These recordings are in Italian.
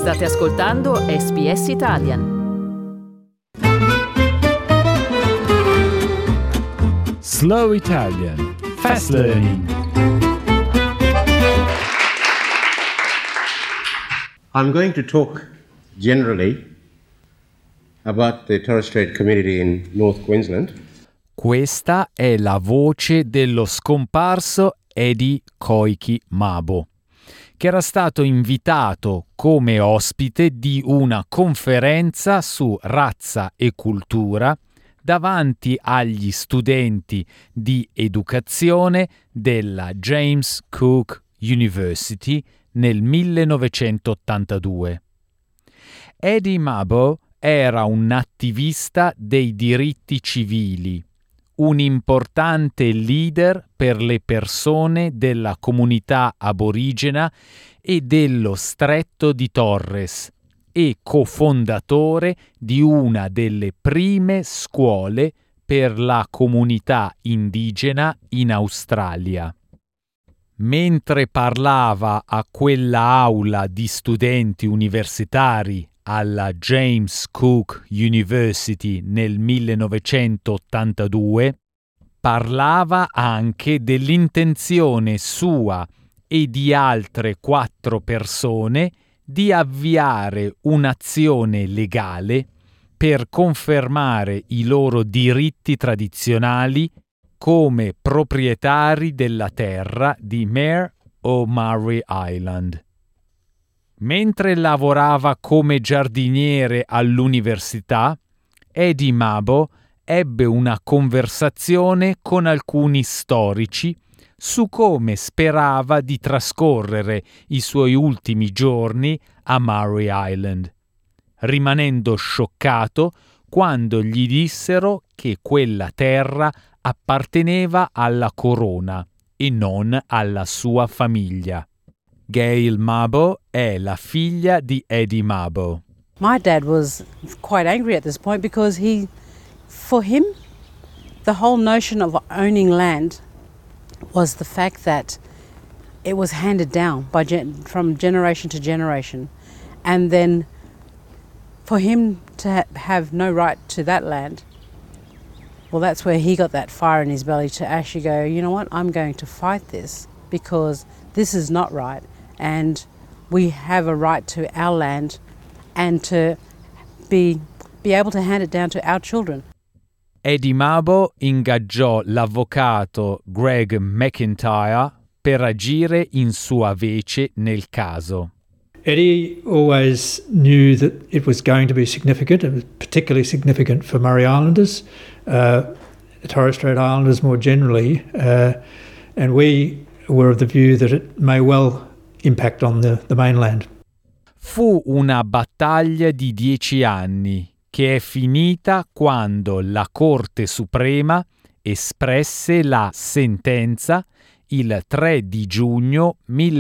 State ascoltando SBS Italian. Slow Italian. Fast Learning. I'm going to talk generally about the Torres Strait community in North Queensland. Questa è la voce dello scomparso Eddie Koiki Mabo, che era stato invitato come ospite di una conferenza su razza e cultura davanti agli studenti di educazione della James Cook University nel 1982. Eddie Mabo era un attivista dei diritti civili, un importante leader per le persone della comunità aborigena e dello Stretto di Torres e cofondatore di una delle prime scuole per la comunità indigena in Australia. Mentre parlava a quella aula di studenti universitari alla James Cook University nel 1982, parlava anche dell'intenzione sua e di altre 4 persone di avviare un'azione legale per confermare i loro diritti tradizionali come proprietari della terra di Mare o Murray Island. Mentre lavorava come giardiniere all'università, Eddie Mabo ebbe una conversazione con alcuni storici su come sperava di trascorrere i suoi ultimi giorni a Murray Island, rimanendo scioccato quando gli dissero che quella terra apparteneva alla corona e non alla sua famiglia. Gail Mabo è la figlia di Eddie Mabo. My dad was quite angry at this point because for him, the whole notion of owning land was the fact that it was handed down from generation to generation, and then for him to have no right to that land, well, that's where he got that fire in his belly to actually go, you know what, I'm going to fight this because this is not right, and we have a right to our land and to be able to hand it down to our children. Eddie Mabo ingaggiò l'avvocato Greg McIntyre per agire in sua vece nel caso. Eddie always knew that it was going to be significant. It was particularly significant for Murray Islanders, Torres Strait Islanders more generally, and we were of the view that it may well impact on the mainland. Fu una battaglia di 10 anni che è finita quando la Corte Suprema espresse la sentenza il 3 di giugno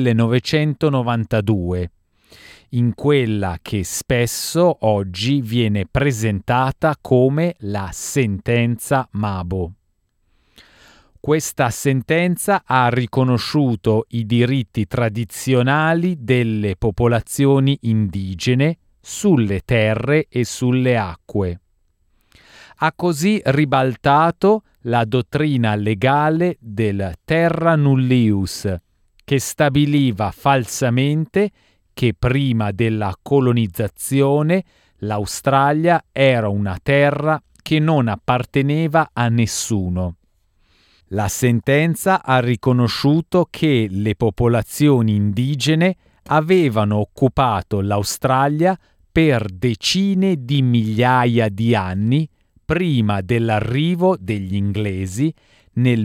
1992, in quella che spesso oggi viene presentata come la sentenza Mabo. Questa sentenza ha riconosciuto i diritti tradizionali delle popolazioni indigene sulle terre e sulle acque. Ha così ribaltato la dottrina legale del terra nullius, che stabiliva falsamente che prima della colonizzazione l'Australia era una terra che non apparteneva a nessuno. La sentenza ha riconosciuto che le popolazioni indigene avevano occupato l'Australia per decine di migliaia di anni prima dell'arrivo degli inglesi nel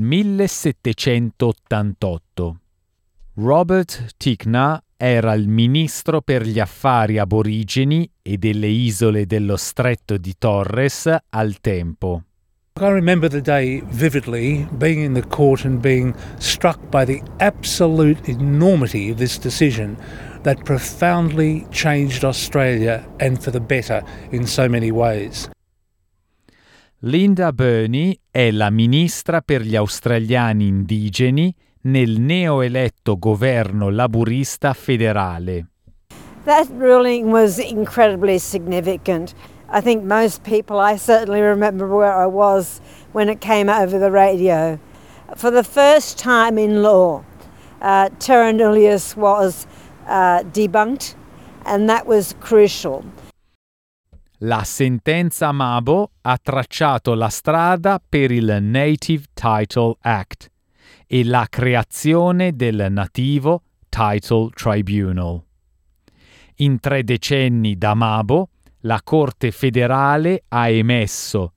1788. Robert Tickner era il ministro per gli affari aborigeni e delle isole dello Stretto di Torres al tempo. I remember the day vividly, being in the court and being struck by the absolute enormity of this decision that profoundly changed Australia and for the better in so many ways. Linda Burney è la ministra per gli australiani indigeni nel neoeletto governo laburista federale. That ruling was incredibly significant. I think most people, I certainly remember where I was when it came over the radio. For the first time in law, terra nullius was debunked, and that was crucial. La sentenza Mabo ha tracciato la strada per il Native Title Act e la creazione del Nativo Title Tribunal. In 3 decenni da Mabo, la Corte federale ha emesso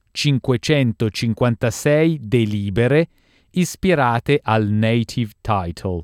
556 delibere ispirate al Native Title.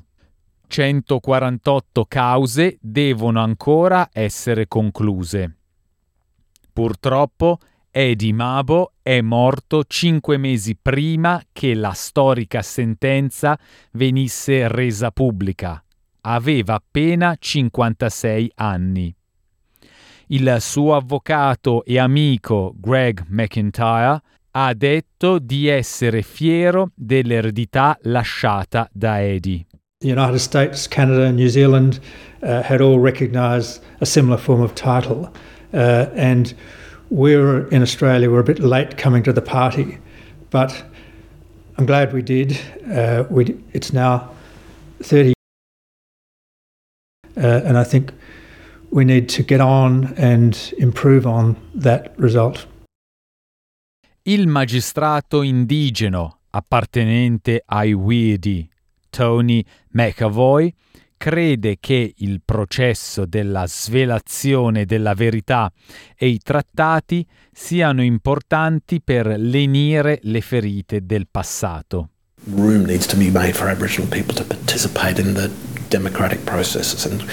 148 cause devono ancora essere concluse. Purtroppo Eddie Mabo è morto 5 mesi prima che la storica sentenza venisse resa pubblica. Aveva appena 56 anni. Il suo avvocato e amico Greg McIntyre ha detto di essere fiero dell'eredità lasciata da Eddie. The United States, Canada and New Zealand had all recognised a similar form of title, and we're in Australia, we're a bit late coming to the party, but I'm glad we did. It's now 30 and I think we need to get on and improve on that result. Il magistrato indigeno appartenente ai Widi, Tony McAvoy, crede che il processo della svelazione della verità e i trattati siano importanti per lenire le ferite del passato. Room needs to be made for Aboriginal people to participate in the democratic processes and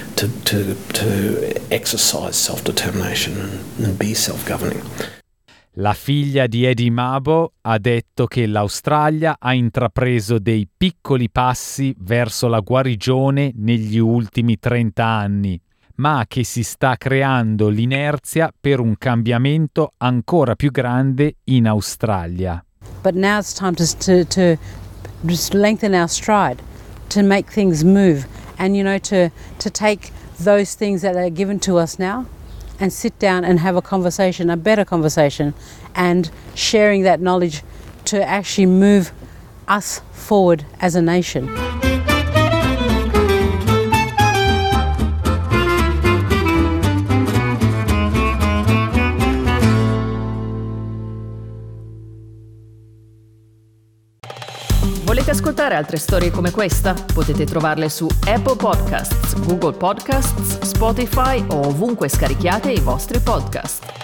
to exercise self-determination and be self-governing. La figlia di Eddie Mabo ha detto che l'Australia ha intrapreso dei piccoli passi verso la guarigione negli ultimi 30 anni, ma che si sta creando l'inerzia per un cambiamento ancora più grande in Australia. But now it's time to just lengthen our stride, to make things move, and to take those things that are given to us now and sit down and have a conversation, a better conversation, and sharing that knowledge to actually move us forward as a nation. Volete ascoltare altre storie come questa? Potete trovarle su Apple Podcasts, Google Podcasts, Spotify o ovunque scarichiate i vostri podcast.